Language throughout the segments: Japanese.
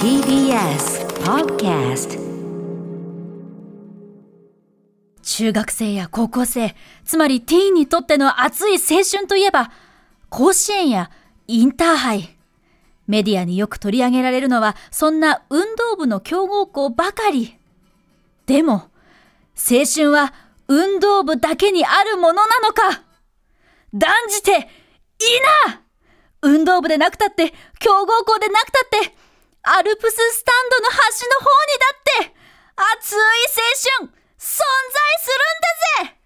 TBS Podcast。 中学生や高校生、つまりティーンにとっての熱い青春といえば、甲子園やインターハイ。メディアによく取り上げられるのは、そんな運動部の強豪校ばかり。でも、青春は運動部だけにあるものなのか。断じていいな。運動部でなくたって、強豪校でなくたって、アルプススタンドの端の方にだって、熱い青春、存在するんだぜ。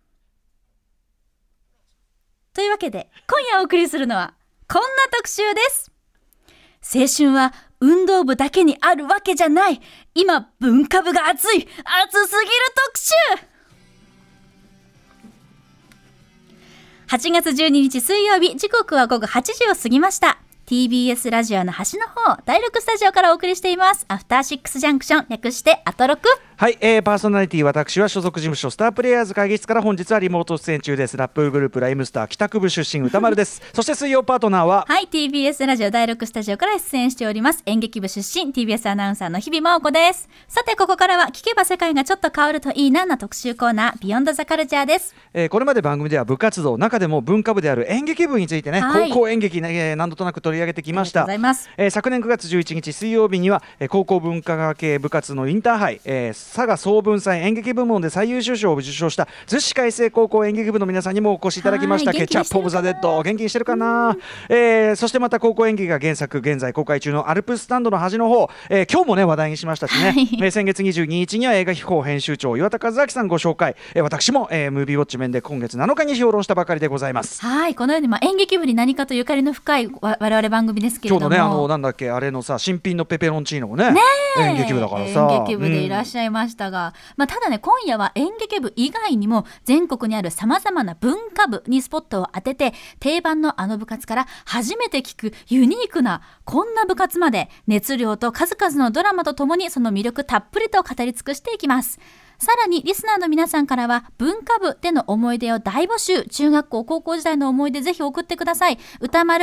というわけで、今夜お送りするのは、こんな特集です。青春は運動部だけにあるわけじゃない。今、文化部が熱すぎる特集。8月12日水曜日、時刻は午後8時を過ぎました。TBS ラジオの端の方、第6スタジオからお送りしています。アフターシックスジャンクション、略してアトロク。 はい、パーソナリティ私は所属事務所スタープレイヤーズ会議室から本日はリモート出演中です。ラップグループライムスター帰宅部出身歌丸ですそして水曜パートナーははい、 TBS ラジオ第6スタジオから出演しております演劇部出身 TBS アナウンサーの日々真央子です。さてここからは聞けば世界がちょっと変わるといいなな特集コーナー、ビヨンドザカルチャーです。 これまで番組では部活動、中でも文化部である演劇部についてね、 はい、 高校演劇、何度となく取り上げてきました。昨年9月11日水曜日には、高校文化学系部活のインターハイ、佐賀総文祭演劇部門で最優秀賞を受賞した逗子海星高校演劇部の皆さんにもお越しいただきました。ケチャップオブザデッド、元気にしてるかな、そしてまた高校演劇が原作現在公開中のアルプススタンドの端の方、今日もね話題にしましたしね、先月22日には映画秘宝編集長岩田和明さんご紹介、私も、ムービーウォッチ面で今月7日に評論したばかりでございます。 はい、このように、演劇部に何かとゆかりの深い我々番組ですけれども、 今日のねなんだっけあれのさ新品のペペロンチーノもね演劇部だからさ、 演劇部でいらっしゃいましたが、ただね今夜は演劇部以外にも全国にあるさまざまな文化部にスポットを当てて、定番のあの部活から初めて聞くユニークなこんな部活まで、熱量と数々のドラマとともにその魅力たっぷりと語り尽くしていきます。さらにリスナーの皆さんからは文化部での思い出を大募集。中学校高校時代の思い出ぜひ送ってください。歌丸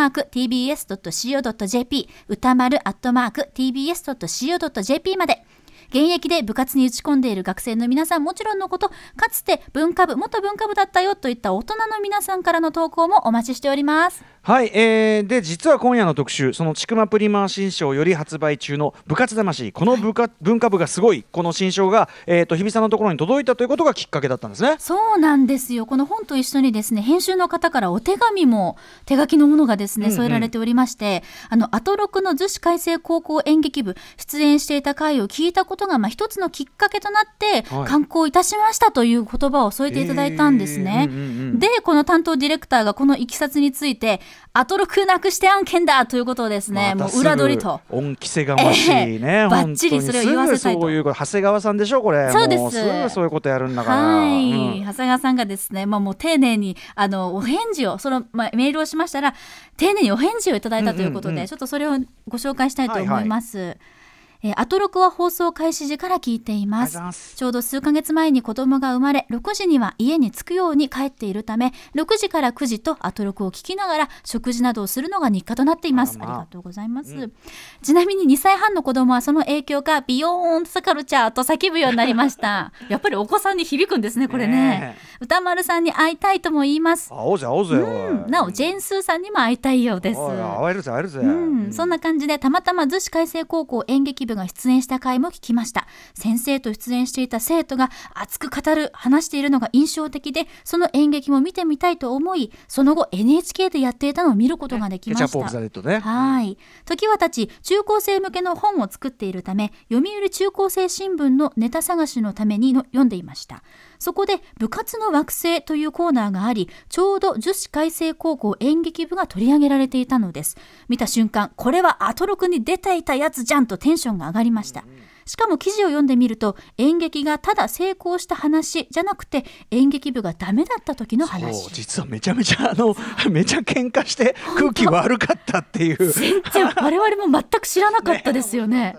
@tbs.co.jp 歌丸@tbs.co.jp まで。現役で部活に打ち込んでいる学生の皆さんもちろんのこと、かつて元文化部だったよといった大人の皆さんからの投稿もお待ちしております。 はい、で実は今夜の特集、そのちくまプリマー新章より発売中の部活魂、この文化部がすごい、この新章が、日比さんのところに届いたということがきっかけだったんですね。 そうなんですよ。この本と一緒にですね、編集の方からお手紙も手書きのものがですね添えられておりまして、アトロクの逗子海星高校演劇部出演していた回を聞いたことが一つのきっかけとなって、刊行いたしましたという言葉を添えていただいたんですね。でこの担当ディレクターがこのいきさつについて、アトロクなくして案件だということをですね、もう裏取りと恩着せがましいね、 バッチリそれを言わせたいと。 そういう長谷川さんでしょこれ。 そうです、 もうすぐそういうことやるんだから、 はい、長谷川さんがですね、もう丁寧にお返事をメールをしましたら丁寧にお返事をいただいたということで、ちょっとそれをご紹介したいと思います。アトロクは放送開始時から聞いています。ちょうど数ヶ月前に子供が生まれ、6時には家に着くように帰っているため、6時から9時とアトロクを聞きながら食事などをするのが日課となっています。ありがとうございます。ちなみに2歳半の子供はその影響かビヨーンザカルチャーと叫ぶようになりましたやっぱりお子さんに響くんですねこれね。歌丸さんに会いたいとも言います。 会おうぜ会おうぜ、 なおジェーンスーさんにも会いたいようです。 会えるぜ会えるぜ、 そんな感じでたまたま逗子海星高校演劇部が出演した回も聞きました。先生と出演していた生徒が熱く話しているのが印象的で、その演劇も見てみたいと思い、その後 NHK でやっていたのを見ることができました。 ケチャップオブザレッドね。 はい。時は経ち、中高生向けの本を作っているため、読売中高生新聞のネタ探しのために読んでいました。そこで部活の惑星というコーナーがあり、ちょうど逗子海星高校演劇部が取り上げられていたのです。見た瞬間、これはアトロクに出ていたやつじゃんとテンションが上がりました。しかも記事を読んでみると、演劇がただ成功した話じゃなくて、演劇部がダメだった時の話。 そう、実はめちゃめちゃめちゃ喧嘩して空気悪かったっていう全然我々も全く知らなかったですよね。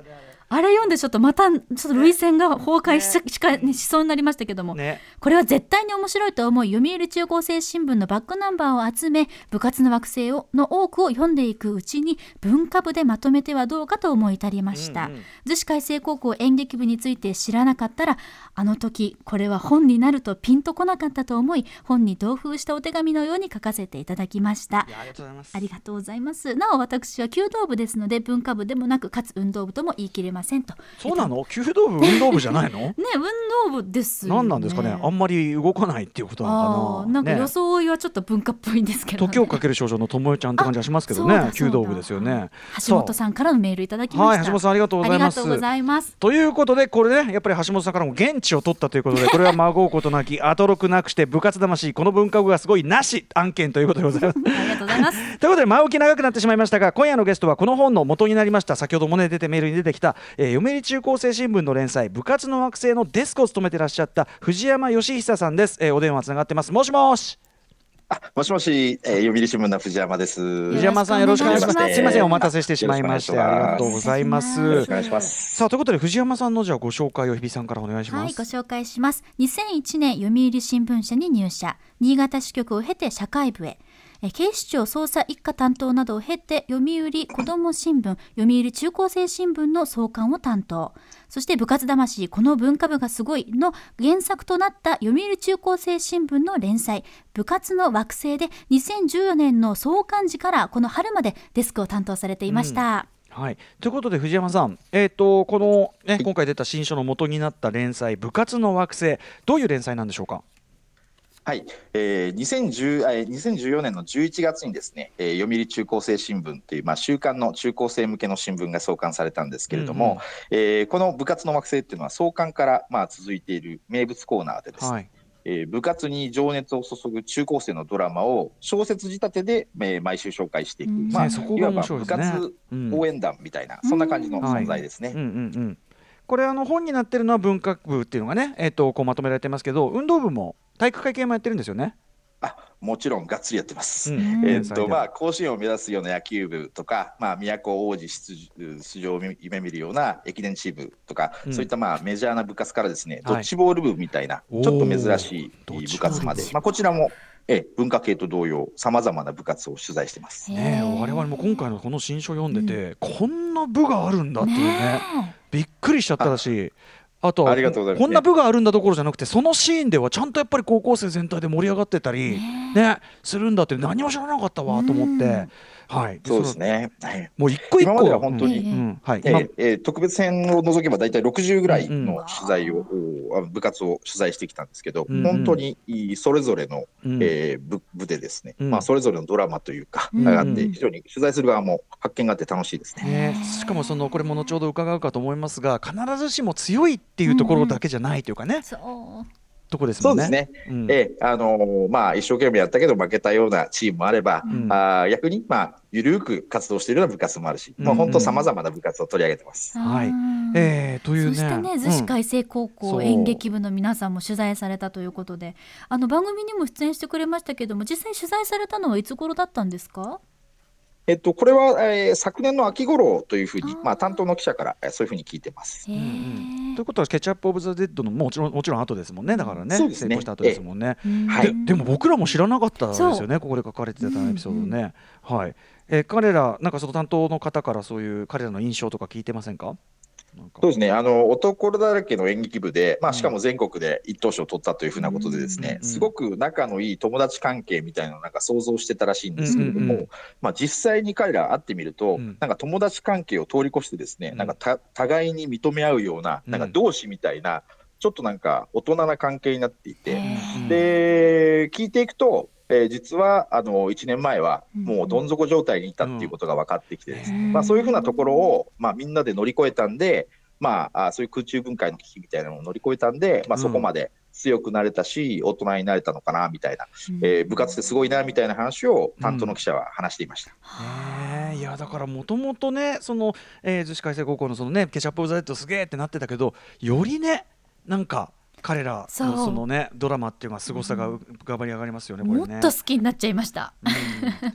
あれ読んでちょっとまたちょっと涙腺が崩壊しそうになりましたけども、これは絶対に面白いと思い読売中高生新聞のバックナンバーを集め部活の惑星の多くを読んでいくうちに文化部でまとめてはどうかと思い至りました。逗子海星高校演劇部について知らなかったらあの時これは本になるとピンとこなかったと思い本に同封したお手紙のように書かせていただきました。 ありがとうございます。 ありがとうございます。なお私は弓道部ですので文化部でもなくかつ運動部とも言い切れませんと。 そうなの？弓道部運動部じゃないの？ね、 運動部ですよね。 何なんですかね。あんまり動かないっていうことなのかな。 なんか装いはちょっと文化っぽいんですけど、ね、 時をかける少女のともよちゃんって感じはしますけどね。弓道部ですよね。 橋本さんからのメールいただきました。 はい、橋本さんありがとうございます。 ありがとうございます。 ということでこれねやっぱり橋本さんからも現地を取ったということでこれはまごうことなき後録なくして部活魂この文化部がすごいなし案件ということでございます。 ありがとうございますということで前置き長くなってしまいましたが今夜のゲストはこの本の元になりました先ほどもねメールに出てきた、読売中高生新聞の連載部活の惑星のデスクを務めていらっしゃった藤山義久さんです。お電話つながってます。もしもし。 もしもし、読売新聞の藤山です。 藤山さんよろしくお願いします。すみませんお待たせしてしまいましてありがとうございます。 よろしくお願いします。 さあということで藤山さんのじゃあご紹介を日比さんからお願いします。 はい、ご紹介します。2001年読売新聞社に入社、新潟支局を経て社会部へ。警視庁捜査一課担当などを経て読売子ども新聞、読売中高生新聞の創刊を担当。そして部活魂この文化部がすごいの原作となった読売中高生新聞の連載部活の惑星で2014年の創刊時からこの春までデスクを担当されていました。 はい、ということで藤山さん、この、ね、今回出た新書の元になった連載部活の惑星どういう連載なんでしょうか。 はい、2014年の11月にですね、読売中高生新聞という、週刊の中高生向けの新聞が創刊されたんですけれども、この部活の惑星っていうのは創刊から、続いている名物コーナーでですね、部活に情熱を注ぐ中高生のドラマを小説仕立てで、毎週紹介していく、いわば部活応援団みたいな、そんな感じの存在ですね。 これ本になってるのは文化部っていうのがね、こうまとめられてますけど運動部も体育会系もやってるんですよね。 もちろんがっつりやってます。甲子園を目指すような野球部とか、都王子出場を夢見るような駅伝チームとか、そういったメジャーな部活からですね、ドッジボール部みたいなちょっと珍しい部活まで、こちらも文化系と同様さまざまな部活を取材してます。 我々も今回のこの新書読んでて、こんな部があるんだっていうね、びっくりしちゃったらしい。あとはこんな部があるんだどころじゃなくてそのシーンではちゃんとやっぱり高校生全体で盛り上がってたり、するんだって何も知らなかったわと思って、 そうですね、 もう一個一個今までは本当に、特別編を除けば大体60ぐらいの取材を、部活を取材してきたんですけど、本当にそれぞれの、部でですね、それぞれのドラマというかがあって非常に取材する側も発見があって楽しいですね。 しかもこれも後ほど伺うかと思いますが必ずしも強いっていうところだけじゃないというかね、とこですもんね。 そうですね、一生懸命やったけど負けたようなチームもあれば、逆にゆるく活動しているような部活もあるし、本当さまざまな部活を取り上げてます。 というね、 そしてね、逗子海星高校演劇部の皆さんも取材されたということで、番組にも出演してくれましたけども、実際取材されたのはいつ頃だったんですか？ これは、昨年の秋頃というふうに、担当の記者からそういうふうに聞いてます。 ということはケチャップオブザ・デッドのもちろん後ですもんね。だからね、成功した後ですもんね。でも僕らも知らなかったですよね、ここで書かれてたエピソードね。彼らなんかその担当の方からそういう彼らの印象とか聞いてませんか？ そうですね、男だらけの演劇部で、しかも全国で一等賞を取ったというふうなことでですね、すごく仲のいい友達関係みたいなのを想像してたらしいんですけれども、実際に彼ら会ってみると、友達関係を通り越してですね、互いに認め合うような、同志みたいなちょっと大人な関係になっていて、で聞いていくと実は1年前はもうどん底状態にいたっていうことが分かってきてですね、そういうふうなところを、みんなで乗り越えたんで、そういう空中分解の危機みたいなのを乗り越えたんで、そこまで強くなれたし大人になれたのかなみたいな、部活ってすごいなみたいな話を担当の記者は話していました。 いやだからもともとね逗子海星高校のケチャップオブザ・デッドすげーってなってたけど、よりね彼らのドラマっていうのは凄さが浮かび上がりますよね。これねもっと好きになっちゃいました。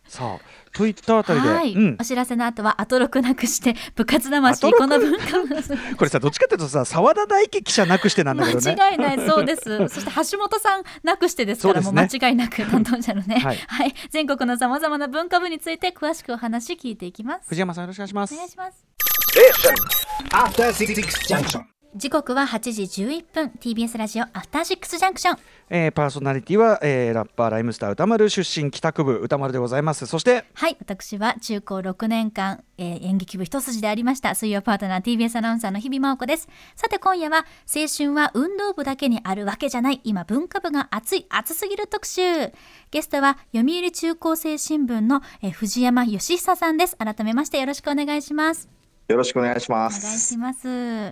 さあといったあたりで、 はい、お知らせの後はアトロクなくして部活魂この文化これさどっちかというとさ澤田大樹記者なくしてなんだけどね。 間違いない、そうです。そして橋本さんなくしてですから、もう間違いなく担当者のね、はい、全国のさまざまな文化部について詳しくお話聞いていきます。 藤山さんよろしくお願いします。 お願いします。時刻は8時11分 TBS ラジオアフターシックスジャンクション、 パーソナリティは、ラッパーライムスター歌丸出身帰宅部歌丸でございます。そしてはい私は中高6年間、演劇部一筋でありました水曜パートナー TBS アナウンサーの日々真央子です。さて今夜は青春は運動部だけにあるわけじゃない、今文化部が熱すぎる特集。ゲストは読売中高生新聞の、藤山義久さんです。改めましてよろしくお願いします。 よろしくお願いします。 お願いします。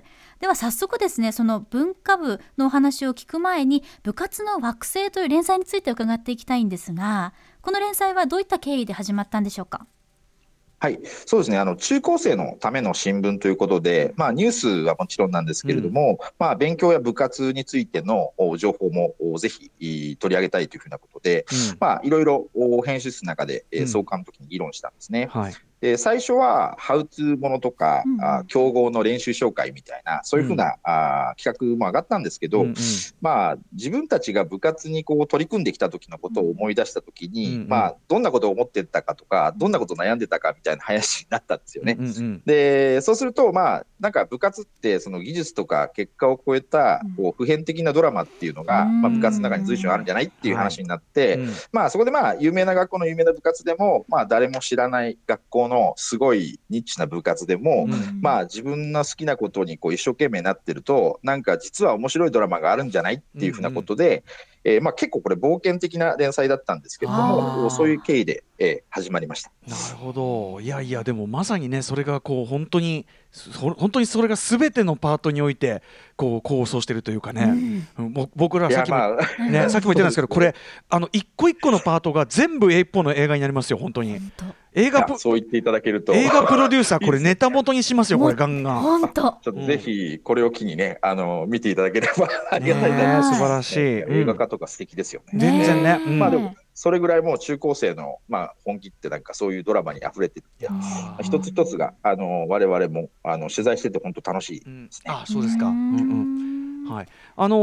では早速ですね、その文化部のお話を聞く前に部活の惑星という連載について伺っていきたいんですが、この連載はどういった経緯で始まったんでしょうか。 はい、そうですね。中高生のための新聞ということで、ニュースはもちろんなんですけれども、勉強や部活についての情報もぜひ取り上げたいというふうなことで、いろいろ編集室の中で創刊の時に議論したんですね。はい。で最初はハウツーものとか、強豪の練習紹介みたいなそういうふうな、企画も上がったんですけど、自分たちが部活にこう取り組んできた時のことを思い出した時に、どんなことを思ってたかとかどんなことを悩んでたかみたいな話になったんですよね。でそうするとなんか部活ってその技術とか結果を超えたこう普遍的なドラマっていうのが、部活の中に随所あるんじゃないっていう話になって、そこで有名な学校の有名な部活でも、誰も知らない学校のすごいニッチな部活でも、自分の好きなことにこう一生懸命なってるとなんか実は面白いドラマがあるんじゃないっていうふうなことで、結構これ冒険的な連載だったんですけれども、そういう経緯で、始まりました。 なるほど。いやでもまさにねそれがこう本当にそれが全てのパートにおいてこう構想してるというかね、僕らさっきも言ったんですけどこれ一個一個のパートが全部一本の映画になりますよ本当に。 そう言っていただけると映画プロデューサーこれネタ元にしますよこれガンガン。 本当ちょっとぜひこれを機にね見ていただければありがたいな。 素晴らしい、 映画化とか素敵ですよね。 全然ね。 でもそれぐらいもう中高生の本気ってなんかそういうドラマに溢れてるんで、一つ一つが我々も取材してて本当楽しいですね。 そうですか。はい。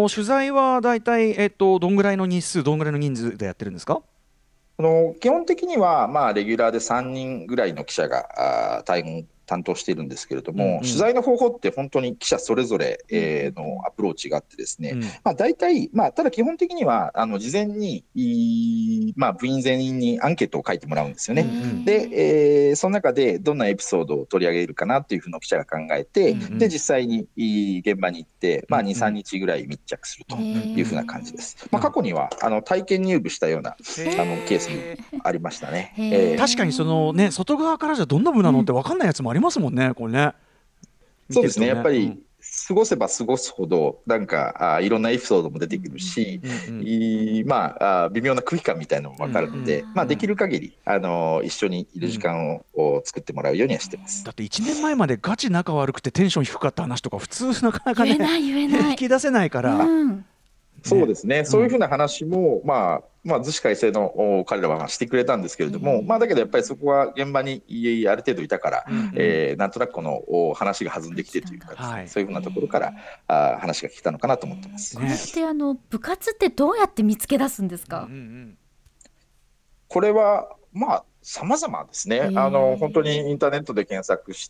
取材はだいたいどんぐらいの日数どんぐらいの人数でやってるんですか。 基本的にはレギュラーで3人ぐらいの記者が担当しているんですけれども、取材の方法って本当に記者それぞれのアプローチがあってですね、大体、ただ基本的には事前に部員全員にアンケートを書いてもらうんですよね。で、その中でどんなエピソードを取り上げるかなっていうふうな記者が考えて、で実際に現場に行って、2、3日ぐらい密着するというふうな感じです。過去には体験入部したようなケースもありましたね。 確かにそのね外側からじゃどんな部なのって分かんないやつもありますもんねこれね。 そうですねやっぱり過ごせば過ごすほどなんかいろんなエピソードも出てくるし、微妙な空気感みたいなのも分かるので、できる限り一緒にいる時間を作ってもらうようにはしてます。 だって1年前までガチ仲悪くてテンション低かった話とか普通なかなかね言えない引き出せないから、 そうですね、そういうふうな話も逗子改正の彼らはしてくれたんですけれども、だけどやっぱりそこは現場にある程度いたから、なんとなくこの話が弾んできてというか、そういうふうなところから話が聞けたのかなと思ってます。 これって部活ってどうやって見つけ出すんですか。 これは様々ですね。本当にインターネットで検索して、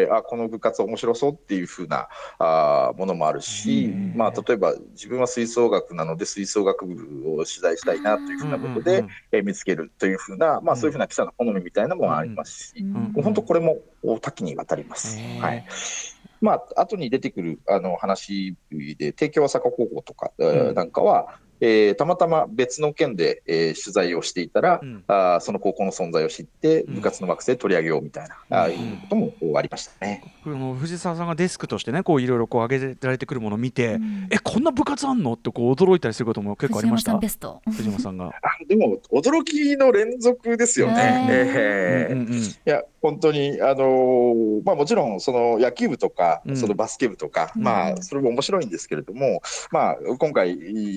この部活面白そうっていう風なものもあるし、例えば自分は吹奏楽なので吹奏楽部を取材したいなという風なことで、見つけるという風な、そういう風な記者の好みみたいなのもありますし、本当これも多岐にわたります。はい。後に出てくる話で帝京朝霞高校とかなんかは、たまたま別の県で、取材をしていたら、その高校の存在を知って部活の惑星取り上げようみたいな、いうこともありましたね。 藤沢さんがデスクとしてねこういろいろ上げられてくるものを見て、こんな部活あんのってこう驚いたりすることも結構ありました。藤山さんがでも驚きの連続ですよね。いや本当にもちろんその野球部とか、そのバスケ部とか、それも面白いんですけれども、今回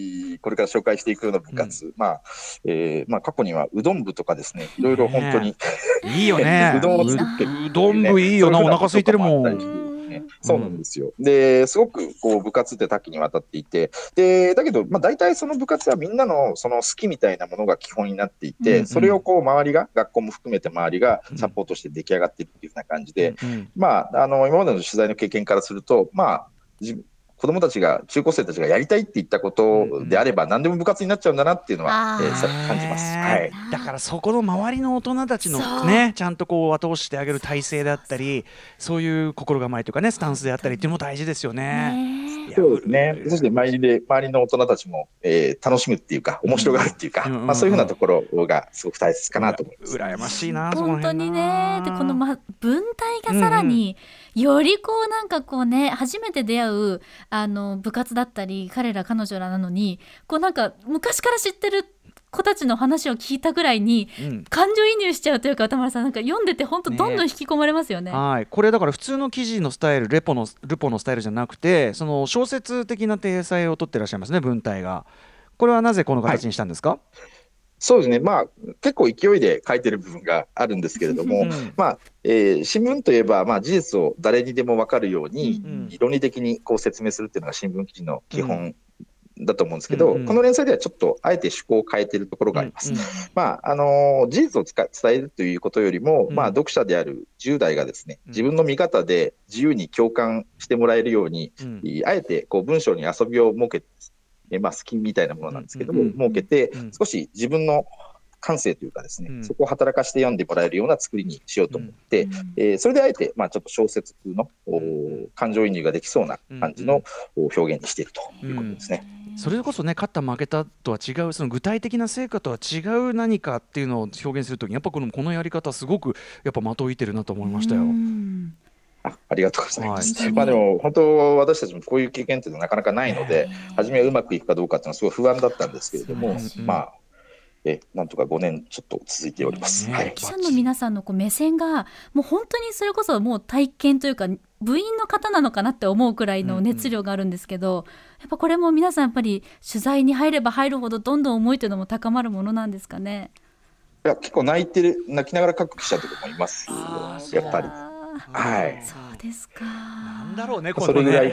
これから紹介していくような部活、過去にはうどん部とかですね、いろいろ本当にいいよねうどんを作ってる、 うどん部いいよな、お腹空いてるもん。 そうなんですよ。ですごくこう部活って多岐にわたっていて、だけど大体その部活はみんなのその好きみたいなものが基本になっていて、それをこう周りが、学校も含めて周りがサポートして出来上がっているっていうような感じで、今までの取材の経験からすると、子どもたちが、中高生たちがやりたいって言ったことであれば、何でも部活になっちゃうんだなっていうのは、感じます。はい、 だからそこの周りの大人たちのね、ちゃんとこう後押ししてあげる体制であったり、そういう心構えというかね、スタンスであったりっていうのも大事ですよね。 そうですね。そして周りの大人たちも、楽しむっていうか、面白がるっていうか、そういうふうなところがすごく大切かなと思います。 羨ましいな、 本当にね。でこの文体がさらに、よりこうなんかこうね、初めて出会う部活だったり、彼ら彼女らなのに、こうなんか昔から知ってる子たちの話を聞いたぐらいに、感情移入しちゃうというか、田村さん、なんか読んでて本当どんどん引き込まれますよね。 はい、これだから普通の記事のスタイル、ルポのスタイルじゃなくて、その小説的な体裁を取ってらっしゃいますね、文体が。これはなぜこの形にしたんですか？ そうですね、結構勢いで書いてる部分があるんですけれども、新聞といえば、事実を誰にでも分かるように、論理的にこう説明するっていうのが新聞記事の基本だと思うんですけど、この連載ではちょっとあえて趣向を変えているところがあります。事実を伝えるということよりも、読者である10代がですね、自分の見方で自由に共感してもらえるように、あえてこう文章に遊びを設けて、好きみたいなものなんですけども、設けて、少し自分の感性というかですね、そこを働かせて読んでもらえるような作りにしようと思って、それであえて、ちょっと小説風の感情移入ができそうな感じの表現にしているということですね。 それこそね、勝った負けたとは違う、その具体的な成果とは違う何かっていうのを表現するときに、やっぱこのやり方すごくやっぱ的を射てるなと思いましたよ。 ありがとうございます。でも本当私たちもこういう経験っていうのはなかなかないので、初めはうまくいくかどうかっていうのはすごい不安だったんですけれども、なんとか5年ちょっと続いております。 記者の皆さんのこう目線がもう本当にそれこそもう体験というか部員の方なのかなって思うくらいの熱量があるんですけど、やっぱこれも皆さんやっぱり取材に入れば入るほどどんどん思いというのも高まるものなんですかね。 いや、結構泣きながら書く記者とかもいます。やっぱり。 そうですか。 なんだろうね、 それぐらい。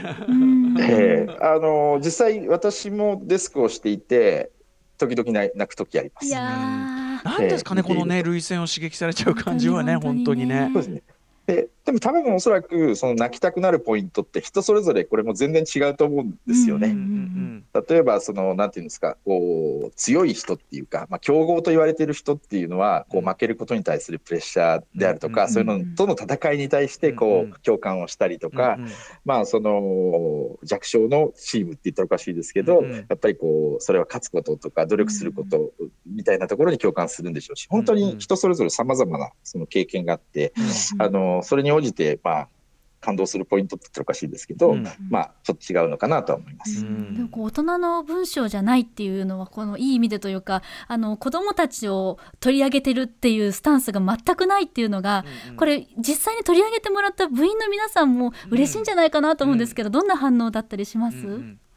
実際私もデスクをしていて、時々泣く時あります。 なんですかね、このね、涙腺を刺激されちゃう感じはね、本当にね。 そうですね。でも多分おそらくその泣きたくなるポイントって人それぞれこれも全然違うと思うんですよね。例えばなんていうんですか、こう強い人っていうか、強豪と言われている人っていうのはこう負けることに対するプレッシャーであるとか、そういうのとの戦いに対してこう共感をしたりとか、その弱小のチームって言ったらおかしいですけど、やっぱりこうそれは勝つこととか努力することみたいなところに共感するんでしょうし、本当に人それぞれ様々なその経験があって、それに応じて感動するポイントって言ったらおかしいですけど、ちょっと違うのかなとは思います。 でもこう大人の文章じゃないっていうのはこのいい意味でというか、子どもたちを取り上げてるっていうスタンスが全くないっていうのが、これ実際に取り上げてもらった部員の皆さんも嬉しいんじゃないかなと思うんですけど、どんな反応だったりします？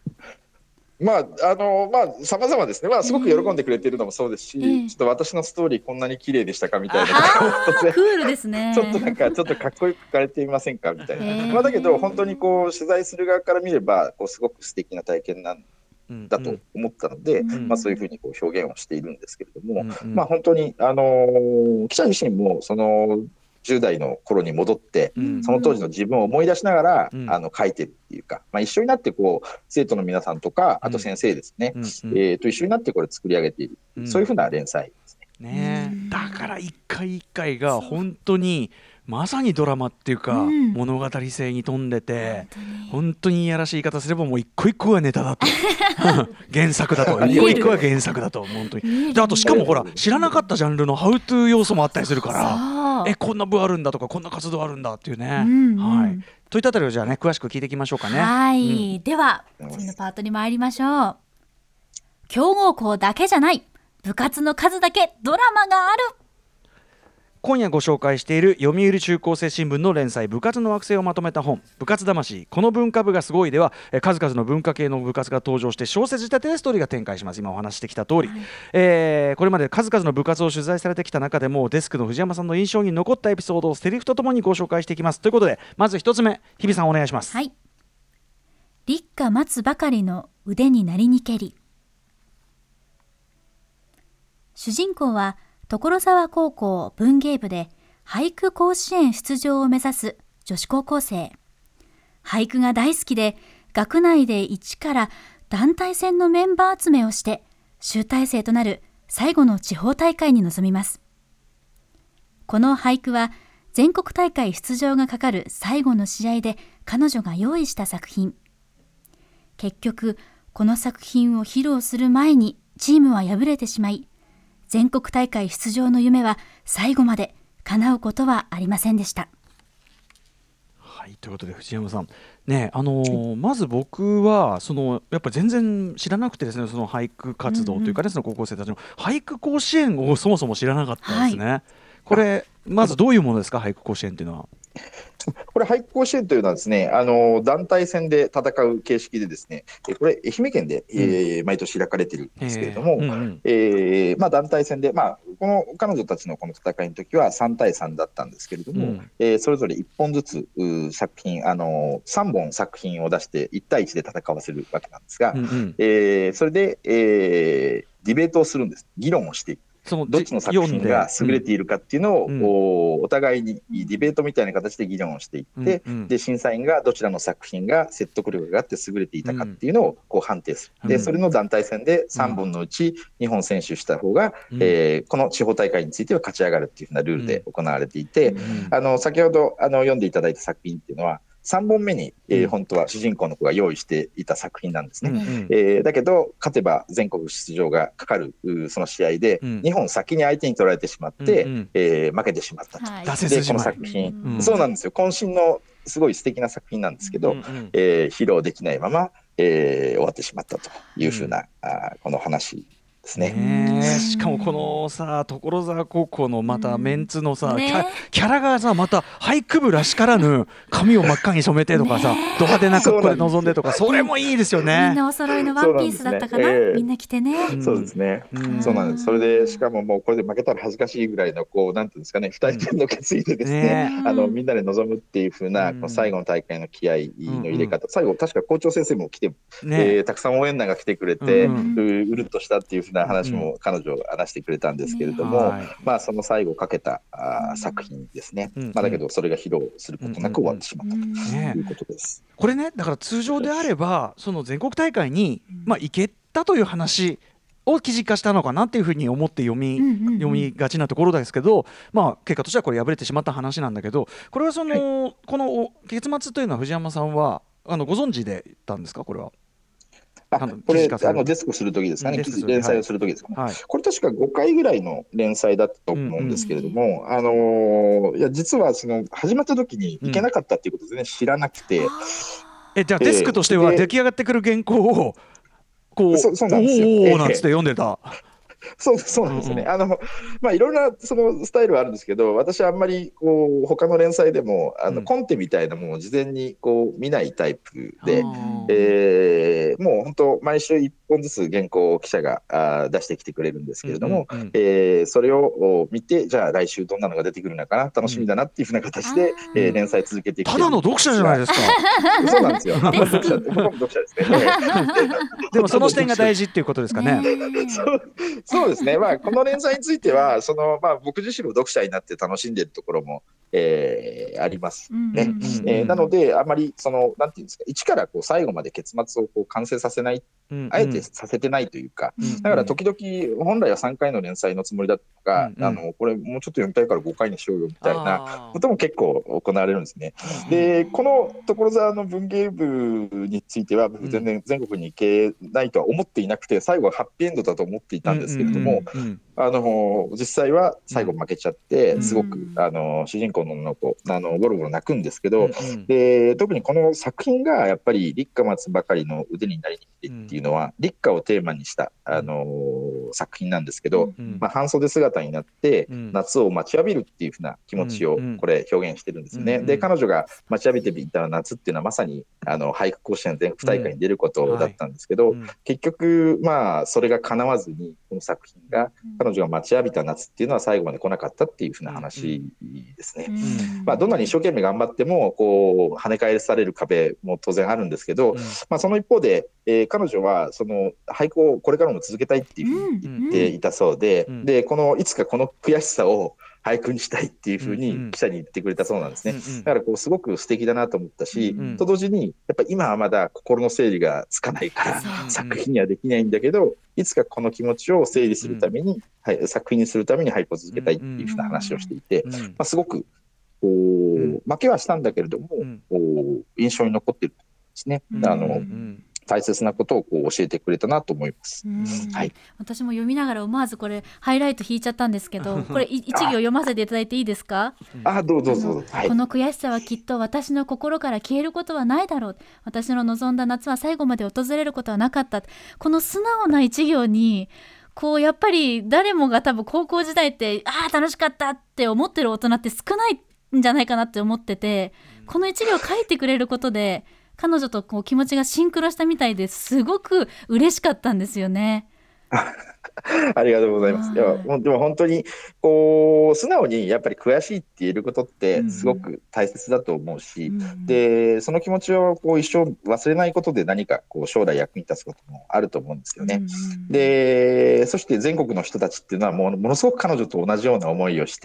様々ですね。すごく喜んでくれているのもそうですし、ちょっと私のストーリーこんなに綺麗でしたかみたいなクールですね。 ちょっとかっこよく書かれていませんかみたいな。だけど本当にこう取材する側から見ればすごく素敵な体験なんだと思ったので、そういうふうにこう表現をしているんですけれども、本当に記者自身もその10代の頃に戻って、その当時の自分を思い出しながら、書いてるっていうか、一緒になってこう生徒の皆さんとか、あと先生ですね、と一緒になってこれ作り上げている、そういうふうな連載ですね。だから一回一回が本当にまさにドラマっていうか、物語性に富んでて、本当にいやらしい言い方すればもう一個一個がネタだと原作だと一個一個が原作だと本当に。であとしかもほら知らなかったジャンルのハウトゥー要素もあったりするから、こんな部あるんだとかこんな活動あるんだっていうね。といったあたりをじゃあね詳しく聞いていきましょうかね。 では次のパートに参りましょう。強豪校だけじゃない、部活の数だけドラマがある。 今夜ご紹介している読売中高生新聞の連載部活の惑星をまとめた本部活魂この文化部がすごいでは数々の文化系の部活が登場して小説仕立てでストーリーが展開します。今お話してきた通り、これまで数々の部活を取材されてきた中でもデスクの藤山さんの印象に残ったエピソードをセリフとともにご紹介していきますということで、まず一つ目、日比さんお願いします。 はい。立夏待つばかりの腕になりにけり。主人公は所沢高校文芸部で俳句甲子園出場を目指す女子高校生。俳句が大好きで学内で一から団体戦のメンバー集めをして集大成となる最後の地方大会に臨みます。この俳句は全国大会出場がかかる最後の試合で彼女が用意した作品。結局この作品を披露する前にチームは敗れてしまい、全国大会出場の夢は最後まで叶うことはありませんでした。 はい、ということで藤山さん、ね、まず僕はやっぱり全然知らなくてですね、その俳句活動というかね、その高校生たちの俳句甲子園をそもそも知らなかったですね。これまずどういうものですか、俳句甲子園というのは。 これ俳句甲子園というのはですね、団体戦で戦う形式でですね、これ愛媛県で、毎年開かれているんですけれども、団体戦で、この彼女たちのこの戦いの時は3対3だったんですけれども、それぞれ1本ずつ作品3本作品を出して1対1で戦わせるわけなんですが、それで、ディベートをするんです。議論をしていく。どっちの作品が優れているかっていうのを、お互いにディベートみたいな形で議論をしていって、で審査員がどちらの作品が説得力があって優れていたかっていうのをこう判定する。でそれの団体戦で3本のうち2本選手した方が、この地方大会については勝ち上がるっていうふうなルールで行われていて、先ほど読んでいただいた作品っていうのは3本目に、本当は主人公の子が用意していた作品なんですね。だけど勝てば全国出場がかかるその試合で、2本先に相手に取られてしまって、負けてしまったと。でこの作品、そうなんですよ、渾身のすごい素敵な作品なんですけど、披露できないまま、終わってしまったというふうな、この話ですね。 しかもこのさ所沢高校のまたメンツのさ、キャラがさまた俳句部らしからぬ髪を真っ赤に染めてとかさ、ド派手な格好で臨んでとか、それもいいですよね。 みんなお揃いのワンピースだったかな、みんな着てね。 そうですね、そうなんです。それでしかももうこれで負けたら恥ずかしいぐらいのこうなんていうんですかね、二人の決意でですね、みんなで臨むっていう風な、この最後の大会の気合の入れ方、最後確か校長先生も来て、たくさん応援団が来てくれて、うるっとしたっていう風な話も彼女が話してくれたんですけれども、その最後かけた作品ですね。だけどそれが披露することなく終わってしまったということです。 これね、だから通常であればその全国大会に行けたという話を記事化したのかなっていうふうに思って読みがちなところですけど、結果としてはこれ敗れてしまった話なんだけど、これはこの結末というのは藤山さんはご存知でいたんですか。これはこれデスクするときですかね、連載をするときですかね、これ確か5回ぐらいの連載だったと思うんですけれども、いや実は始まったときに行けなかったっていうことを全然知らなくて、 じゃあデスクとしては出来上がってくる原稿をこうそうなんですよ、 なんつって読んでた。 そうなんですね。いろんなそのスタイルはあるんですけど、私はあんまりこう他の連載でもコンテみたいなものを事前にこう見ないタイプで、もう本当毎週1本ずつ原稿を記者が出してきてくれるんですけれども、それを見て、じゃあ来週どんなのが出てくるのかな、楽しみだなっていうふうな形で、連載続けていく。 ただの読者じゃないですか。 そうなんですよ。僕も読者ですね。 でもその視点が大事っていうことですかね。 そうですね。この連載については僕自身も読者になって楽しんでいるところも、ありますね。なのであまりなんていうんですか、一からこう最後まで結末をこう完成させない、あえてさせてないというか、だから時々本来は3回の連載のつもりだったのが、これもうちょっと読みたいから5回にしようよみたいなことも結構行われるんですね。でこの所沢の文芸部については僕全然全国に行けないとは思っていなくて、最後はハッピーエンドだと思っていたんですけれども、実際は最後負けちゃって、すごく主人公の女の子ゴロゴロ泣くんですけど、で特にこの作品がやっぱり立夏待つばかりの腕になりにきてっていうのは、立夏をテーマにした作品なんですけど、半袖姿になって夏を待ちわびるっていう風な気持ちをこれ表現してるんですよね。で彼女が待ちわびていた夏っていうのはまさに俳句甲子園全国大会に出ることだったんですけど、結局それが叶わずにこの作品が彼女が待ちわびた夏っていうのは最後まで来なかったっていう風な話ですね。どんなに一生懸命頑張ってもこう跳ね返される壁も当然あるんですけど、その一方で、彼女はその俳句をこれからも続けたいっていうふうに言っていたそうで、でいつかこの悔しさを俳句にしたいっていうふうに記者に言ってくれたそうなんですね。だからすごく素敵だなと思ったし、と同時にやっぱり今はまだ心の整理がつかないから作品にはできないんだけど、いつかこの気持ちを整理するために、作品にするために俳句を続けたいっていうふうな話をしていて、すごく負けはしたんだけれども、印象に残っていると思いますね。大切なことを教えてくれたなと思います。 私も読みながら思わずこれハイライト引いちゃったんですけど、これ一行読ませていただいていいですか？ どうぞ。 この悔しさはきっと私の心から消えることはないだろう。私の望んだ夏は最後まで訪れることはなかった。この素直な一行にやっぱり誰もが多分高校時代って楽しかったって思ってる大人って少ないんじゃないかなって思ってて、この一行書いてくれることで彼女と気持ちがシンクロしたみたいですごく嬉しかったんですよね。 ありがとうございます。でも本当に素直にやっぱり悔しいって言えることってすごく大切だと思うし、でその気持ちを一生忘れないことで何か将来役に立つこともあると思うんですよね。でそして全国の人たちっていうのはものすごく彼女と同じような思いをして、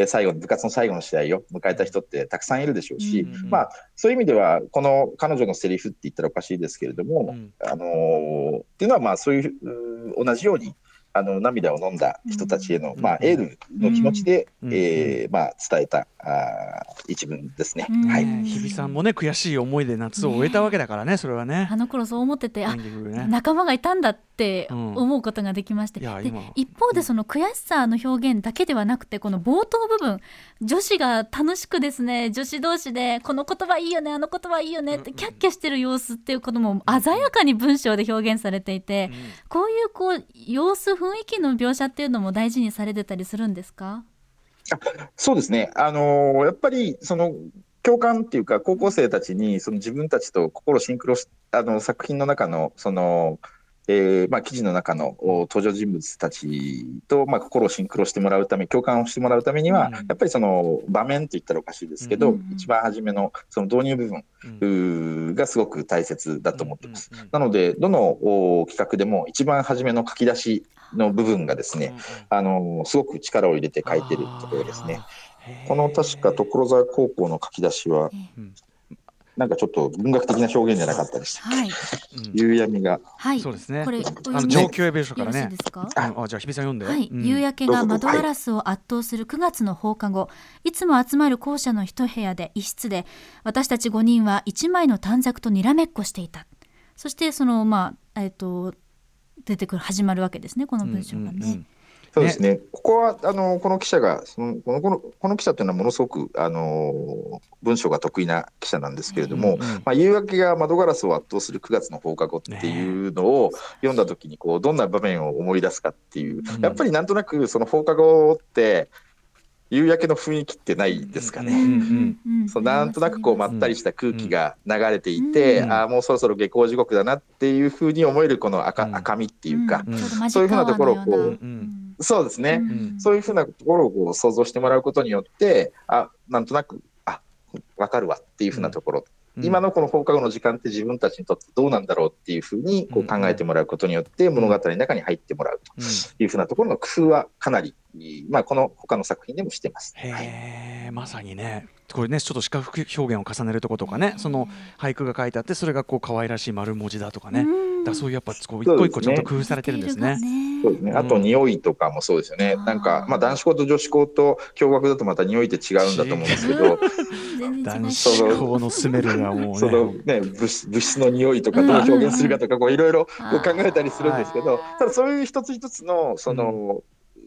部活の最後の試合を迎えた人ってたくさんいるでしょうし、そういう意味ではこの彼女のセリフって言ったらおかしいですけれども、っていうのはそういう同じように涙を飲んだ人たちへの、エールの気持ちで、伝えた一文ですね。 日比さんもね悔しい思いで夏を終えたわけだからね、それはね。 あの頃そう思ってて、仲間がいたんだって思うことができまして、で一方でその悔しさの表現だけではなくて、この冒頭部分、女子が楽しくですね、女子同士でこの言葉いいよね、あの言葉いいよねってキャッキャしてる様子っていうことも鮮やかに文章で表現されていて、こういう様子雰囲気の描写っていうのも大事にされてたりするんですか？ そうですね。やっぱりその共感っていうか、高校生たちにその自分たちと心シンクロし作品の中のその記事の中の登場人物たちと心をシンクロしてもらうため、共感をしてもらうためには、やっぱりその場面と言ったらおかしいですけど、一番初めのその導入部分がすごく大切だと思っています。なのでどの企画でも一番初めの書き出しの部分がですね、すごく力を入れて書いてるところですね。この確か所沢高校の書き出しはなんかちょっと文学的な表現じゃなかったでしたっけ？夕闇が、 そうですね。これ上級描写からね。じゃあ日比さん読んで。 夕焼けが窓ガラスを圧倒する9月の放課後、いつも集まる校舎の一部屋で一室で、私たち5人は1枚の短冊とにらめっこしていた。そしてその出てくる始まるわけですね、この文章がね。 そうですね。ここはこの記者がこの記者というのはものすごく文章が得意な記者なんですけれども、夕焼けが窓ガラスを圧倒する9月の放課後っていうのを読んだ時にどんな場面を思い出すかっていう、やっぱりなんとなくその放課後って夕焼けの雰囲気ってないですかね。なんとなくまったりした空気が流れていて、もうそろそろ下校時刻だなっていうふうに思えるこの赤みっていうか、そういうふうなところをそうですね、そういうふうなところを想像してもらうことによって、なんとなく分かるわっていうふうなところ、今のこの放課後の時間って自分たちにとってどうなんだろうっていうふうに考えてもらうことによって物語の中に入ってもらうというふうなところの工夫はかなり、この他の作品でもしてます。 まさにね、これねちょっと視覚表現を重ねるところとかね、その俳句が書いてあってそれが可愛らしい丸文字だとかね、そういうやっぱ一個一個ちゃんと工夫されてるんですね。 そうですね。あと匂いとかもそうですよね。なんか男子校と女子校と共学だとまた匂いって違うんだと思うんですけど、 男子校のスメルがもうね、 物質の匂いとかどう表現するかとかいろいろ考えたりするんですけど、ただそういう一つ一つのその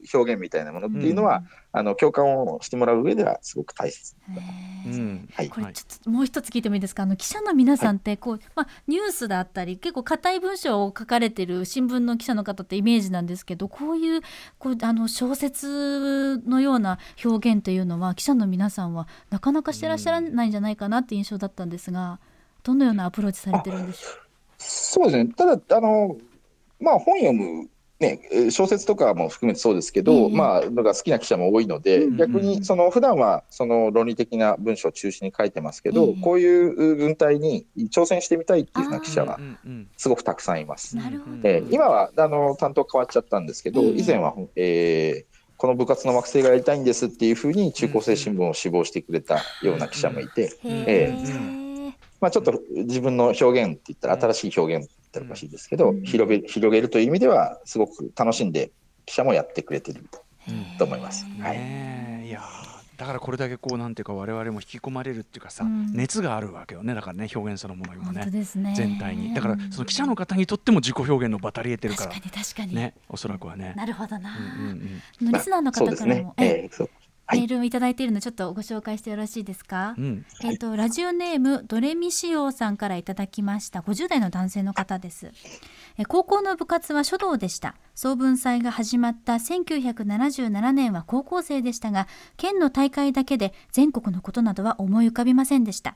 表現みたいなものっていうのは、共感をしてもらう上ではすごく大切だと思います。 これちょっともう一つ聞いてもいいですか。記者の皆さんってこう、ニュースだったり結構硬い文章を書かれてる新聞の記者の方ってイメージなんですけど、こういう小説のような表現というのは記者の皆さんはなかなかしてらっしゃらないんじゃないかなって印象だったんですが、どのようなアプローチされてるんでしょう。 そうですね。ただ本読む小説とかも含めてそうですけど、のが好きな記者も多いので、逆に普段は論理的な文章を中心に書いてますけど、こういう文体に挑戦してみたいっていうような記者はすごくたくさんいます。今は担当変わっちゃったんですけど、以前は、この部活の惑星がやりたいんですっていうふうに中高生新聞を志望してくれたような記者もいて、ちょっと自分の表現って言ったら新しい表現って言ったらおかしいですけど、広げるという意味ではすごく楽しんで記者もやってくれてると思います。いやだからこれだけなんていうか我々も引き込まれるっていうかさ、熱があるわけよね。だからね、表現そのものにもね、全体に。だからその記者の方にとっても自己表現の場足りえてるから、確かにね、おそらくはね。 なるほどな。リスナーの方からもメールをいただいているのでちょっとご紹介してよろしいですか。ラジオネームドレミシオさんからいただきました。50代の男性の方です。高校の部活は書道でした。総文祭が始まった1977年は高校生でしたが、県の大会だけで全国のことなどは思い浮かびませんでした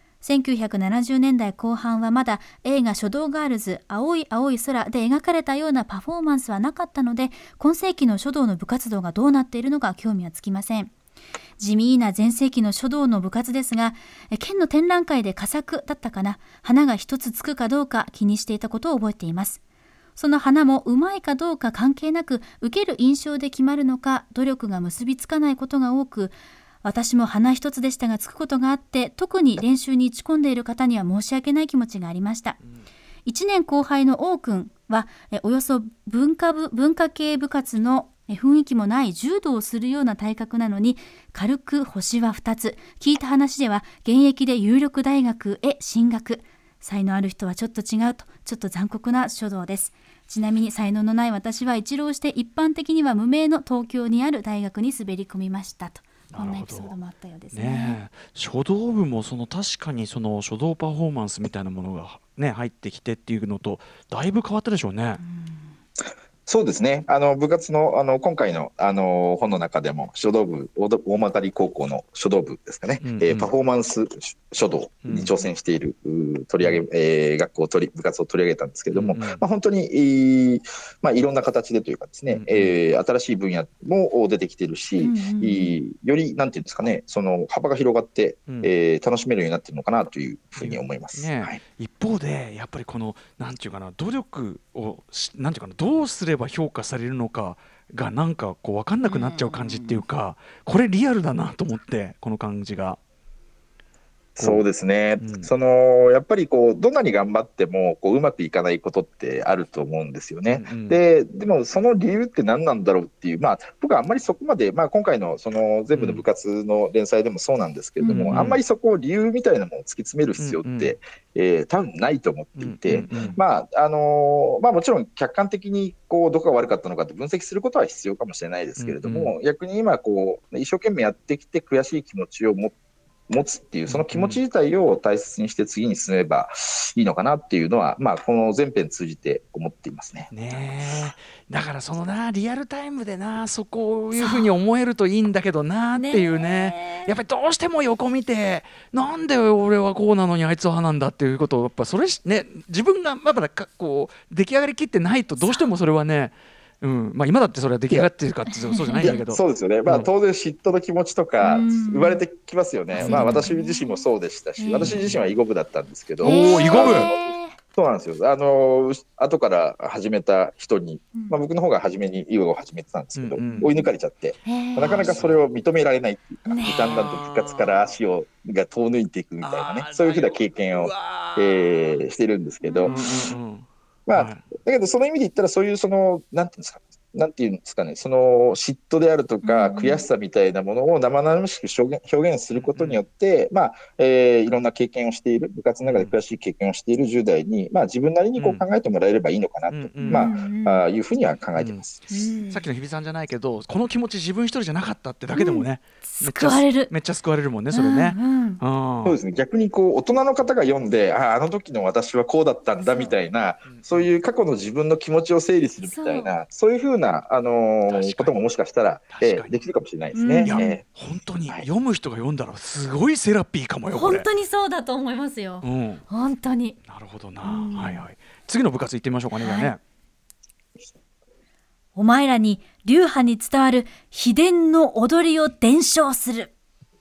。1970年代後半はまだ映画書道ガールズ青い青い空で描かれたようなパフォーマンスはなかったので、今世紀の書道の部活動がどうなっているのか興味はつきません。地味な前世紀の書道の部活ですが、県の展覧会で佳作だったかな、花が一つつくかどうか気にしていたことを覚えています。その花もうまいかどうか関係なく、受ける印象で決まるのか、努力が結びつかないことが多く、私も花一つでしたがつくことがあって、特に練習に打ち込んでいる方には申し訳ない気持ちがありました。1年後輩の王くんはおよそ文化系部活の雰囲気もない柔道をするような体格なのに、軽く星は2つ、聞いた話では現役で有力大学へ進学。才能ある人はちょっと違うと、ちょっと残酷な書道です。ちなみに才能のない私は一浪して一般的には無名の東京にある大学に滑り込みましたと。こんなエピソードもあったようですね。 書道部も確かに書道パフォーマンスみたいなものが、入ってきてっていうのとだいぶ変わったでしょうね。 そうですね。部活の今回の本の中でも書道部、大曲高校の書道部ですかね、パフォーマンス書道に挑戦している取り上げ、部活を取り上げたんですけれども、本当にいろんな形でというかですね、新しい分野も出てきているし、よりなんていうんですかね、その幅が広がって、楽しめるようになっているのかなというふうに思います。 一方でやっぱりなんていうかな、努力をなんていうかな、どうすれば評価されるのかがなんか分かんなくなっちゃう感じっていうか、これリアルだなと思って、この感じが。 そうですね、やっぱりどんなに頑張ってもうまくいかないことってあると思うんですよね。でもその理由って何なんだろうっていう、僕はあんまりそこまで、今回の全部の部活の連載でもそうなんですけれども、あんまりそこを理由みたいなものを突き詰める必要って、多分ないと思っていて、もちろん客観的にどこが悪かったのかって分析することは必要かもしれないですけれども、逆に今一生懸命やってきて悔しい気持ちを持つっていうその気持ち自体を大切にして次に進めばいいのかなっていうのは、この前編通じて思っていますね。 だからリアルタイムでそういうふうに思えるといいんだけどなっていうね、やっぱりどうしても横見て、なんで俺はこうなのにあいつは派なんだっていうことをやっぱ自分がまだ出来上がりきってないとどうしてもそれはね、今だってそれは出来上がってるかってそうじゃないんだけど、 そうですよね。当然嫉妬の気持ちとか生まれてきますよね。私自身もそうでしたし、私自身は囲碁部だったんですけど、 囲碁部そうなんですよ。後から始めた人に、僕の方が初めに囲碁を始めてたんですけど、追い抜かれちゃって、なかなかそれを認められないっていうか、だんだんと部活から足が遠抜いていくみたいなね、そういうふうな経験をしてるんですけど、だけどその意味で言ったら、そういうなんていうんですか、 なんていうんですかね、その嫉妬であるとか悔しさみたいなものを生々しく表現することによって、いろんな経験をしている、部活の中で悔しい経験をしている10代に、自分なりにこう考えてもらえればいいのかなと、いうふうには考えてます。 さっきの日比さんじゃないけど、この気持ち自分一人じゃなかったってだけでもね、めっちゃ救われるもんね、それね。 そうですね。逆にこう大人の方が読んで、あの時の私はこうだったんだみたいな、そういう過去の自分の気持ちを整理するみたいな、そういうふうなことももしかしたらできるかもしれないですね。 いや本当に読む人が読んだらすごいセラピーかもよ、これ。 本当にそうだと思いますよ。本当に。 なるほどな。はいはい。次の部活行ってみましょうかね。じゃあね。 お前らに流派に伝わる秘伝の踊りを伝承する。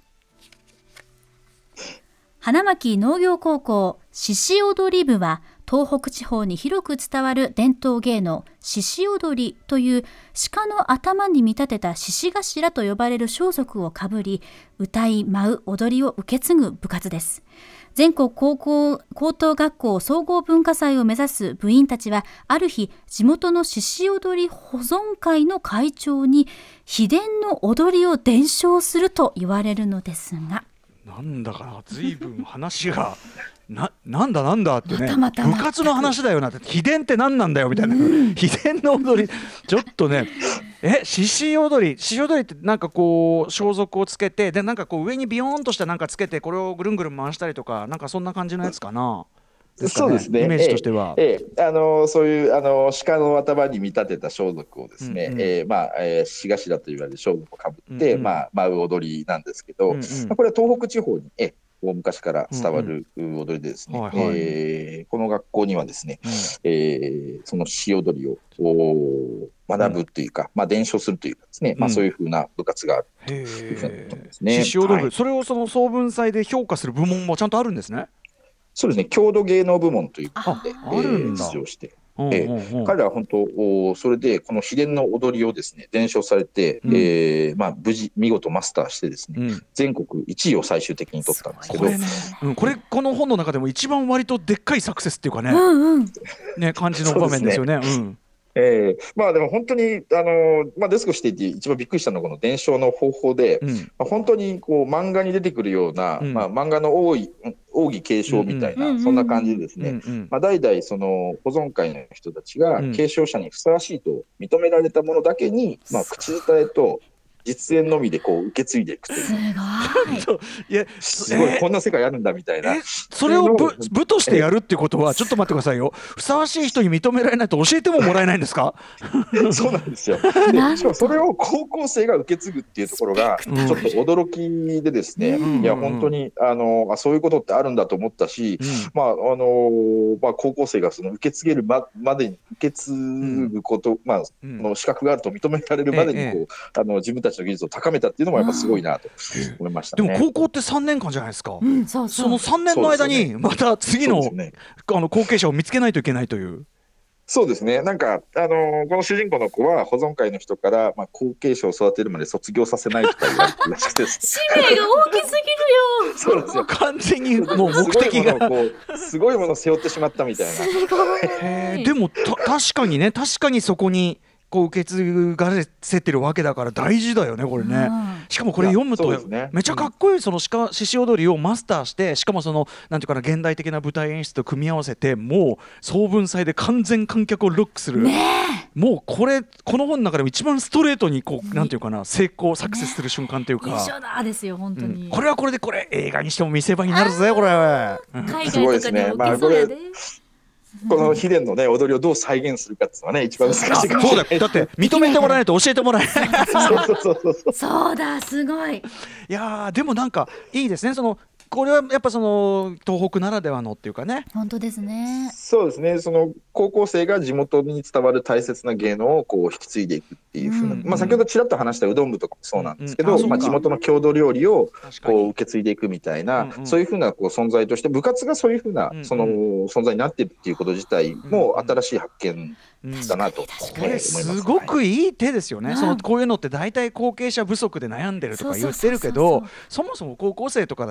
花巻農業高校獅子踊り部は、東北地方に広く伝わる伝統芸能獅子踊りという鹿の頭に見立てた獅子頭と呼ばれる装束をかぶり、歌い舞う踊りを受け継ぐ部活です。全国高等学校総合文化祭を目指す部員たちは、ある日地元の獅子踊り保存会の会長に秘伝の踊りを伝承すると言われるのですが、 なんだか随分話がなんだってね、 また部活の話だよなって、秘伝って何なんだよみたいな、秘伝の踊りちょっとね、獅子踊りってなんかこう装束をつけて、でなんかこう上にビヨーンとしたなんかつけて、これをぐるんぐるん回したりとか、なんかそんな感じのやつかな。 そうですね。 イメージとしては、 そういう鹿の頭に見立てた装束をですね、獅頭と言われる装束をかぶって、舞う踊りなんですけど、これは東北地方に昔から伝わる踊りでですね、この学校にはですね、その獅子踊りを学ぶというか、伝承するというかですね、そういうふうな部活があるというふうなことですね。 獅子踊り、それをその総文祭で評価する部門もちゃんとあるんですね。 そうですね、郷土芸能部門ということで出場して、彼らは本当それでこの秘伝の踊りをですね伝承されて、無事見事マスターしてですね、全国1位を最終的に取ったんですけど、 この本の中でも一番割とでっかいサクセスっていうかね、感じの場面ですよね。 でも本当にデスクしていて一番びっくりしたのはこの伝承の方法で、本当にこう漫画に出てくるような、漫画の奥義継承みたいな、そんな感じでですね、代々その保存会の人たちが継承者にふさわしいと認められたものだけに、口伝えと実演のみでこう受け継いでいくという、すごいこんな世界あるんだみたいな。 それを部としてやるってことは、ちょっと待ってくださいよ、ふさわしい人に認められないと教えてももらえないんですか？ そうなんですよ。でしかもそれを高校生が受け継ぐっていうところがちょっと驚きでですね、いや本当にそういうことってあるんだと思ったし、高校生がその受け継げるまでに受け継ぐこと、の資格があると認められるまでにこう自分たちの技術を高めたっていうのもやっぱすごいなと思いましたね。 でも高校って3年間じゃないですか。その3年の間にまた次の後継者を見つけないといけないという。 そうですね。なんかこの主人公の子は保存会の人から、後継者を育てるまで卒業させないとか言われてるらしくて使命が大きすぎるよ。 そうですよ。 完全にもう目的がすごいものを背負ってしまったみたいな。でも確かにそこにこう受け継がせてるわけだから大事だよね、これね。しかもこれ読むとめちゃかっこいい、その獅子踊りをマスターして、しかもそのなんていうかな、現代的な舞台演出と組み合わせて、もう総文祭で完全観客をロックする、もうこの本の中でも一番ストレートにこうなんていうかな、成功サクセスする瞬間というか、 一緒だですよ本当に。 これはこれで映画にしても見せ場になるぜ、これ。 海外とかでも受けそうやで。 この秘伝のね踊りをどう再現するかっていうのはね、一番難しいかもしれない。 そうだって認めてもらえないと教えてもらえない。 そうだ、すごい。 いやでもなんかいいですね。これはやっぱその東北ならではのっていうかね。 本当ですね。 そうですね。その高校生が地元に伝わる大切な芸能をこう引き継いでいくっていう風な、先ほどちらっと話したうどん部とかもそうなんですけど、地元の郷土料理をこう受け継いでいくみたいな、そういう風なこう存在として部活がそういう風なその存在になっているっていうこと自体も新しい発見だなとこれすごくいい手ですよね。こういうのって大体後継者不足で悩んでるとか言ってるけど、そもそも高校生とかだったらね、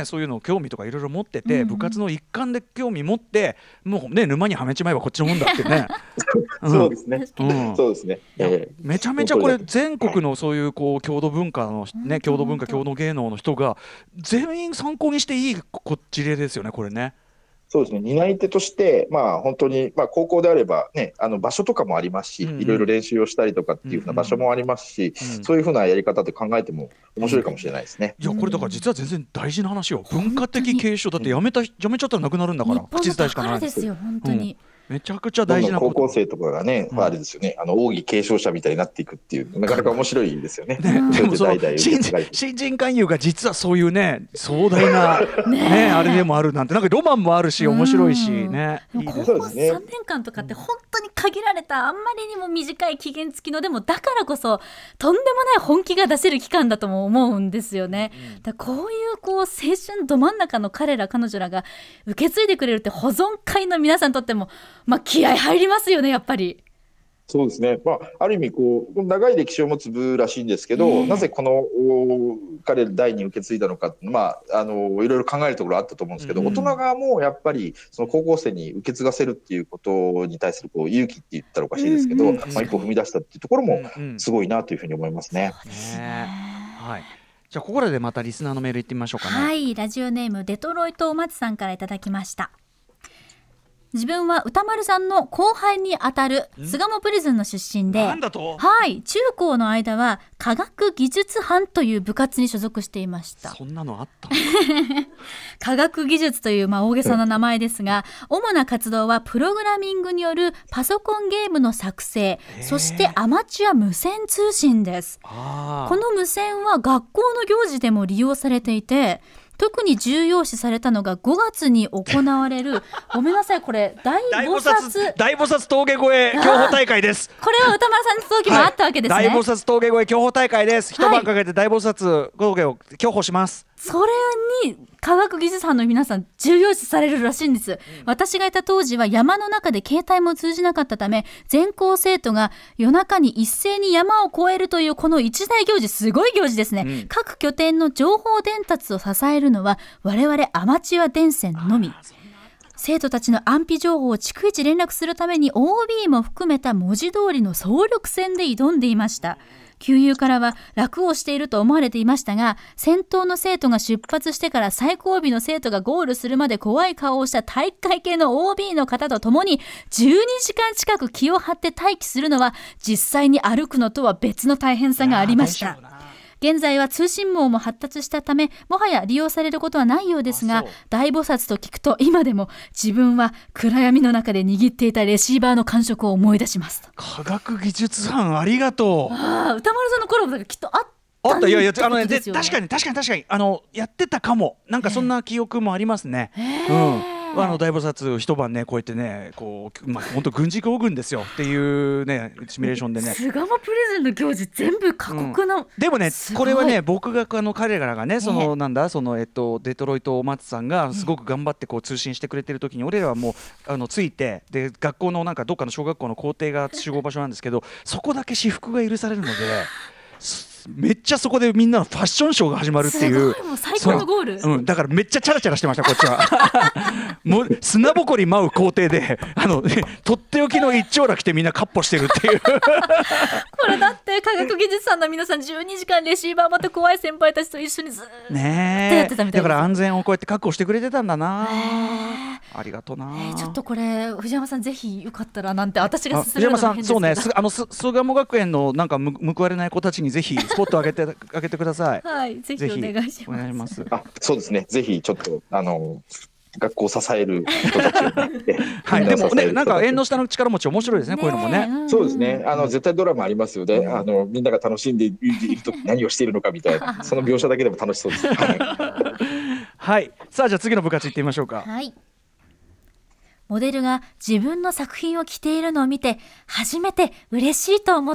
そういうの興味とかいろいろ持ってて、部活の一環で興味持ってもうね沼にはめちまえばこっちのもんだってねそうですね、そうですね、 めちゃめちゃこれ全国のそういうこう郷土文化のね、郷土文化郷土芸能の人が全員参考にしていい事例ですよねこれね。 そうですね、担い手として、本当に、高校であれば、ね、場所とかもありますし、いろいろ練習をしたりとかっていうふうな場所もありますし、そういうふうなやり方で考えても面白いかもしれないですね。 いやこれだから実は全然大事な話よ。文化的継承だってやめちゃったらなくなるんだから口伝えしかない。 ですよ本当に、 めちゃくちゃ大事なこと。 高校生とかがね、あれですよね、奥義継承者みたいになっていくっていう、なかなか面白いですよね。 でもその新人勧誘が実はそういうね壮大なねあれでもあるなんて、なんかロマンもあるし面白いしね。 高校3年間とかって本当に限られた、あんまりにも短い期限付きの、でもだからこそとんでもない本気が出せる期間だとも思うんですよね。だからこういう青春ど真ん中の彼女らが受け継いでくれるって、保存会の皆さんにとっても気合入りますよねやっぱり。 そうですね、ある意味長い歴史を持つ部らしいんですけど、なぜこの彼代に受け継いだのか、いろいろ考えるところあったと思うんですけど、大人側もやっぱりその高校生に受け継がせるっていうことに対する勇気って言ったらおかしいですけど、一歩踏み出したっていうところもすごいなというふうに思いますね。 そうですね、 はい、じゃあここらでまたリスナーのメールいってみましょうかね。 はい、ラジオネームデトロイトお松さんからいただきました。自分は歌丸さんの後輩にあたる巣鴨プリズンの出身で、 なんだと？ はい、中高の間は科学技術班という部活に所属していました。 そんなのあった科学技術という大げさな名前ですが、主な活動はプログラミングによるパソコンゲームの作成、そしてアマチュア無線通信です。この無線は学校の行事でも利用されていて、特に重要視されたのが5月に行われるごめんなさい、これ大菩薩峠越え競歩大会です。 これは歌丸さんの時もあったわけですね、 大菩薩峠越え競歩大会です。一晩かけて大菩薩峠を競歩します。 それに科学技術班の皆さん重要視されるらしいんです、私がいた当時は山の中で携帯も通じなかったため、全校生徒が夜中に一斉に山を越えるというこの一大行事、すごい行事ですね、各拠点の情報伝達を支えるのは我々アマチュア電線のみ。生徒たちの安否情報を逐一連絡するために OB も含めた文字通りの総力戦で挑んでいました。給油からは楽をしていると思われていましたが、先頭の生徒が出発してから最後尾の生徒がゴールするまで怖い顔をした体育会系の OB の方と共に12時間近く気を張って待機するのは、実際に歩くのとは別の大変さがありました。現在は通信網も発達したため、もはや利用されることはないようですが、大菩薩と聞くと今でも自分は暗闇の中で握っていたレシーバーの感触を思い出します。 科学技術班ありがとう。 歌丸さんの頃もきっとあったいや確かにやってたかも、なんかそんな記憶もありますね。大菩薩一晩ねこうやってね本当軍事行軍ですよっていうねシミュレーションでね、 巣鴨プリズンの行事全部過酷な、 でもねこれはね僕が彼らがねデトロイトお松さんがすごく頑張って通信してくれてる時に、俺らはもうついて、で学校のどっかの小学校の校庭が集合場所なんですけど、そこだけ私服が許されるのでめっちゃそこでみんなのファッションショーが始まるっていう、 すごいもう最高のゴール、 だからめっちゃチャラチャラしてましたこっちはもう砂ぼこり舞う校庭でとっておきの一丁羅着てみんなカッポしてるっていうこれだって科学技術さんの皆さん12時間レシーバーまた怖い先輩たちと一緒にずっとやってたみたいです。 だから安全をこうやって確保してくれてたんだな。ありがとうな。 ちょっとこれ藤山さんぜひよかったらなんて私が勧めるのも変ですけど、 藤山さん巣鴨学園のなんか報われない子たちにぜひスポット上げてください。 はい、ぜひお願いします。 そうですね、ぜひちょっと学校を支える人たちをはい、でもねなんか縁の下の力持ち面白いですね、こういうのもね。 そうですね、絶対ドラマありますよね。みんなが楽しんでいるとき何をしているのかみたいなその描写だけでも楽しそうです。 はい、さあじゃあ次の部活行ってみましょうか。 はい、モデルが自分の作品を着ているのを見て初めて嬉しいと思った。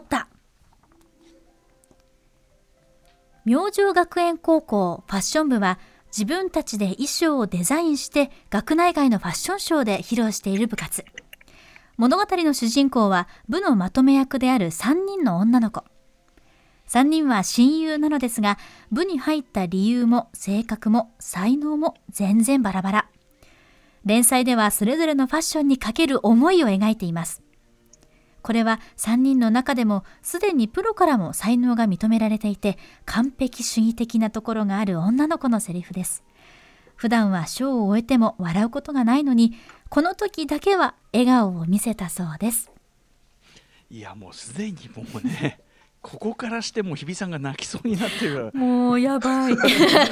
明星学園高校ファッション部は自分たちで衣装をデザインして学内外のファッションショーで披露している部活。物語の主人公は部のまとめ役である3人の女の子。 3人は親友なのですが、部に入った理由も性格も才能も全然バラバラ。連載ではそれぞれのファッションにかける思いを描いています。これは3人の中でもすでにプロからも才能が認められていて、完璧主義的なところがある女の子のセリフです。普段はショーを終えても笑うことがないのに、この時だけは笑顔を見せたそうです。 いやもうすでにもうねここからしても日比さんが泣きそうになってる。 もうやばい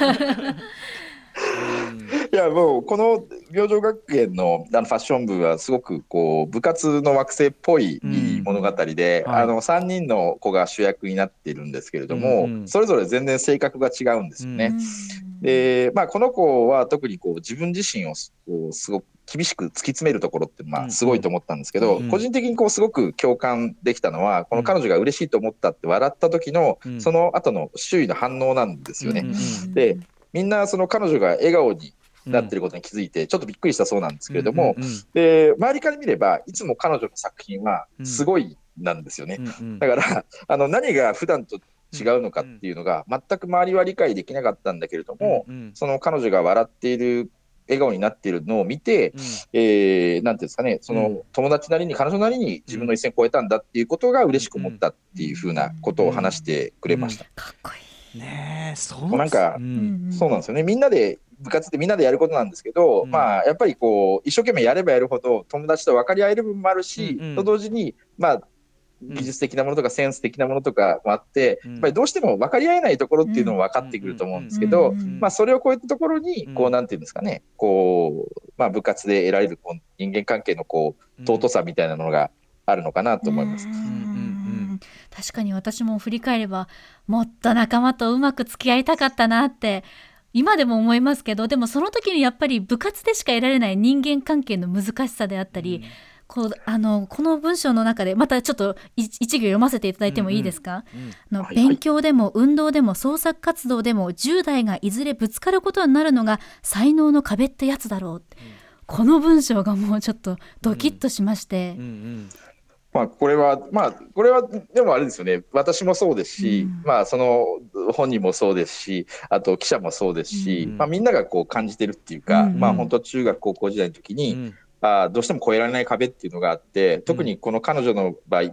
いやもうこの明星学園のファッション部はすごくこう部活の惑星っぽい物語で、3人の子が主役になっているんですけれども、それぞれ全然性格が違うんですよね。で、この子は特にこう自分自身をこうすごく厳しく突き詰めるところってすごいと思ったんですけど、個人的にこうすごく共感できたのは、この彼女が嬉しいと思ったって笑った時のその後の周囲の反応なんですよね。でみんなその彼女が笑顔になってることに気づいてちょっとびっくりしたそうなんですけれども、で周りから見ればいつも彼女の作品はすごいなんですよね。だから何が普段と違うのかっていうのが全く周りは理解できなかったんだけれども、その彼女が笑っている笑顔になっているのを見て、なんていうんですかね、その友達なりに彼女なりに自分の一線を越えたんだっていうことが嬉しく思ったっていうふうなことを話してくれました。 かっこいいね。 なんか、そうなんですよね。みんなで部活ってみんなでやることなんですけど、やっぱりこう一生懸命やればやるほど友達と分かり合える部分もあるし、と同時に技術的なものとかセンス的なものとかもあって、やっぱりどうしても分かり合えないところっていうのも分かってくると思うんですけど、それを超えたところにこうなんていうんですかね、こう部活で得られるこう人間関係のこう尊さみたいなものがあるのかなと思います。 確かに私も振り返ればもっと仲間とうまく付き合いたかったなって今でも思いますけど、でもその時にやっぱり部活でしか得られない人間関係の難しさであったり、この文章の中でまたちょっと一行読ませていただいてもいいですか？勉強でも運動でも創作活動でも10代がいずれぶつかることになるのが才能の壁ってやつだろうって、この文章がもうちょっとドキッとしまして、 これはでもあれですよね、私もそうですし、その本人もそうですし、あと記者もそうですし、みんながこう感じてるっていうか、本当中学高校時代の時に、どうしても越えられない壁っていうのがあって、特にこの彼女の場合、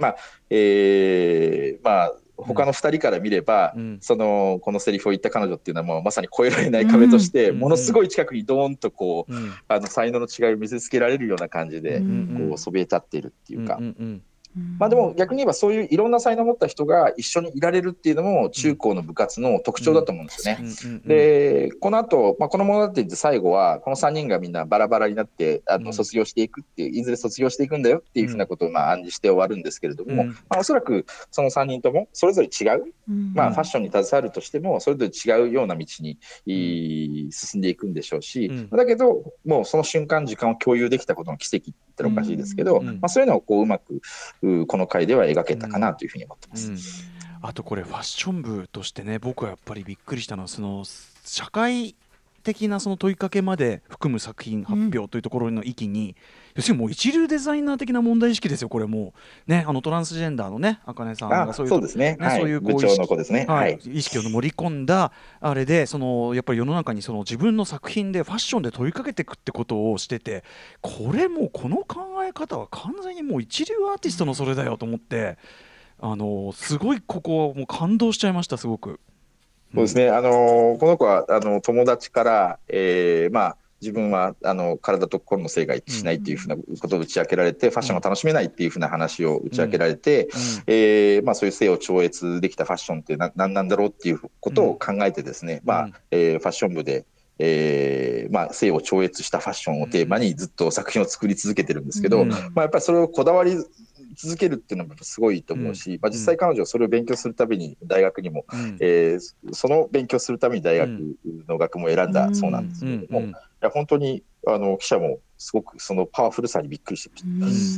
他の2人から見れば、このセリフを言った彼女っていうのはもうまさに越えられない壁として、ものすごい近くにドーンとこう才能の違いを見せつけられるような感じでこうそびえ立っているっていうか。でも逆に言えばそういういろんな才能を持った人が一緒にいられるっていうのも中高の部活の特徴だと思うんですよね。でこの後、この物語って最後はこの3人がみんなバラバラになって卒業していくっていう、いずれ卒業していくんだよっていうふうなことを暗示して終わるんですけれども、おそらくその3人ともそれぞれ違う、ファッションに携わるとしてもそれぞれ違うような道に進んでいくんでしょうし、だけどもうその瞬間時間を共有できたことの奇跡って言ったらおかしいですけど、そういうのをこううまくこの回では描けたかなというふうに思ってます。 あとこれファッション部としてね、僕はやっぱりびっくりしたのはその社会的なその問いかけまで含む作品発表というところの域に、要するにもう一流デザイナー的な問題意識ですよ。これもうね、トランスジェンダーのね茜さんがそういうそうですね、そういう部長の子ですね、 意識を盛り込んだあれで、やっぱり世の中にその自分の作品でファッションで問いかけていくってことをしてて、これもうこの考え方は完全にもう一流アーティストのそれだよと思って、すごいここはもう感動しちゃいました。すごくそうですね、この子は友達から、自分は体と心の性が一致しないっていうふうなことを打ち明けられて、ファッションが楽しめないっていうふうな話を打ち明けられて、そういう性を超越できたファッションって何なんだろうっていうことを考えてですね、ファッション部で性を超越したファッションをテーマにずっと作品を作り続けてるんですけど、やっぱりそれをこだわり続けるっていうのもすごいと思うし、実際彼女はそれを勉強するために大学にも、その勉強するために大学の学部を選んだそうなんですけれども、いや本当に記者もすごくそのパワフルさにびっくりしてました。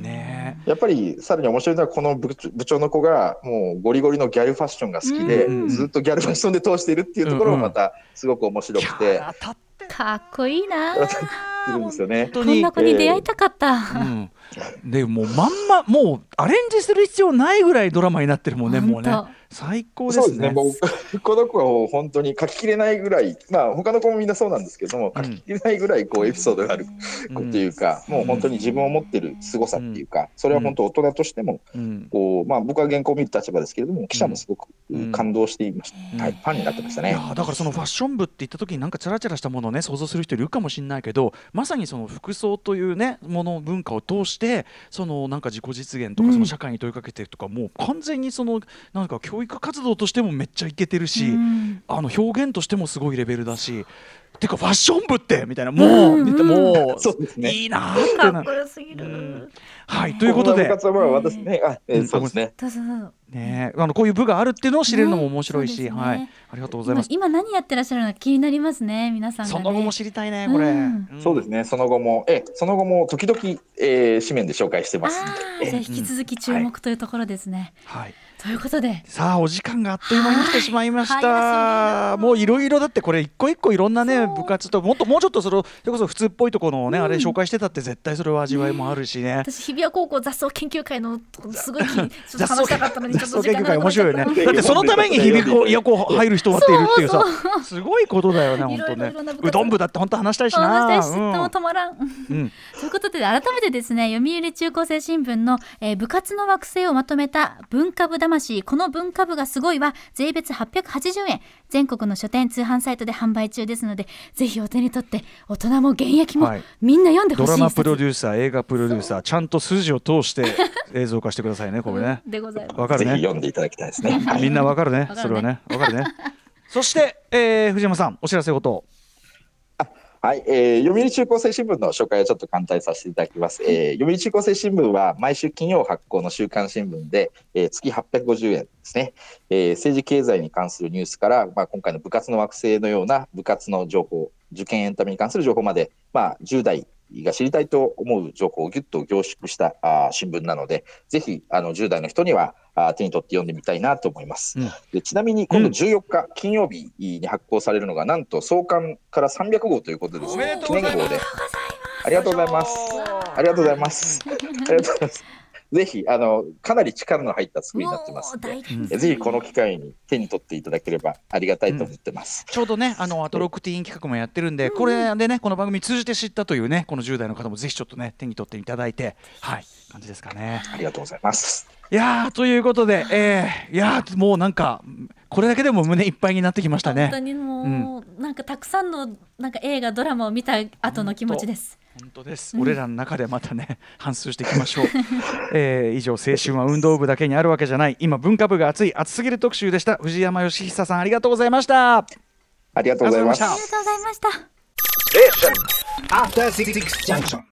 やっぱりさらに面白いのはこの部長の子がもうゴリゴリのギャルファッションが好きで、ずっとギャルファッションで通しているっていうところもまたすごく面白くて、 かっこいいな。 るんですよね。 こんな子に出会いたかった。 でもうまんまもうアレンジする必要ないぐらいドラマになってるもんね。もうね最高ですね。 そうですね。僕この子は本当に書ききれないぐらい、まあ他の子もみんなそうなんですけども、書ききれないぐらいこうエピソードがある子っていうか、もう本当に自分を持ってる凄さっていうか、それは本当大人としてもこう、まあ僕は原稿を見る立場ですけれども、記者もすごく感動していました。はい、ファンになってましたね。 いやだからそのファッション部って言った時になんかチャラチャラしたものをね想像する人いるかもしれないけど、まさにその服装というねもの文化を通してそのなんか自己実現とかその社会に問いかけてるとか、もう完全にそのなんか教育活動としてもめっちゃイケてるし、表現としてもすごいレベルだし、てかファッション部ってみたいな、もうそうですね、 いいなってな。 かっこよすぎる。 はいということで、 私ね、そうですね。 ね、こういう部があるっていうのを知れるのも面白いし、 ね、 はい、ありがとうございます。 今何やってらっしゃるのか気になりますね、皆さんがね。 その後も知りたいねこれ、 そうですね、その後も時々、紙面で紹介してますので、 じゃあ引き続き注目というところですね。 はい、 ということでさあお時間があっという間に来てしまいました。もういろいろだってこれ一個一個いろんなね部活ともうちょっとそれこそ普通っぽいところのね、あれ紹介してたって絶対それは味わいもあるしね。 私日比谷高校雑草研究会のすごいちょっと話したかったのにちょっと時間が面白いよね。だってそのために日比谷高校入る人はっているっていうさ、すごいことだよね本当ね。うどん部だって本当話したいしな。 話したいし、止まらん。ということで改めてですね、読売中高生新聞の、部活の惑星をまとめた文化部魂、この文化部がすごいは税別880円、全国の書店通販サイトで販売中ですので、ぜひお手に取って大人も現役もみんな読んでほしい、 ドラマプロデューサー、映画プロデューサー、ちゃんと筋を通して映像化してくださいねこれね。 でございます。 わかるね。 ぜひ読んでいただきたいですね。 みんなわかるね。それはねわかるね。そして、藤山さんお知らせごと。 はい、読売中高生新聞の紹介をちょっと簡単にさせていただきます。読売中高生新聞は毎週金曜発行の週刊新聞で、月850円ですね。政治経済に関するニュースから、今回の部活の惑星のような部活の情報、受験エンタメに関する情報まで、10代が知りたいと思う情報をぎゅっと凝縮した新聞なので、ぜひ10代の人には手に取って読んでみたいなと思います。でちなみに今度14日、金曜日に発行されるのがなんと創刊から300号ということでですね、記念号で。ありがとうございます。ありがとうございます。ありがとうございます。ぜひかなり力の入った作りになってますので、ぜひこの機会に手に取っていただければありがたいと思ってます。 ちょうどねアトロックティーン企画もやってるんで、これでねこの番組通じて知ったというねこの10代の方もぜひちょっとね手に取っていただいて、はい感じですかね。 ありがとうございます。 いやということで、もうなんかこれだけでも胸いっぱいになってきましたね。 本当にもう、なんかたくさんのなんか映画ドラマを見た後の気持ちです。 本当です、俺らの中でまたね反芻していきましょう。以上青春は運動部だけにあるわけじゃない、今文化部が熱すぎる特集でした。藤山義久さんありがとうございました。 ありがとうございました。 ありがとうございました。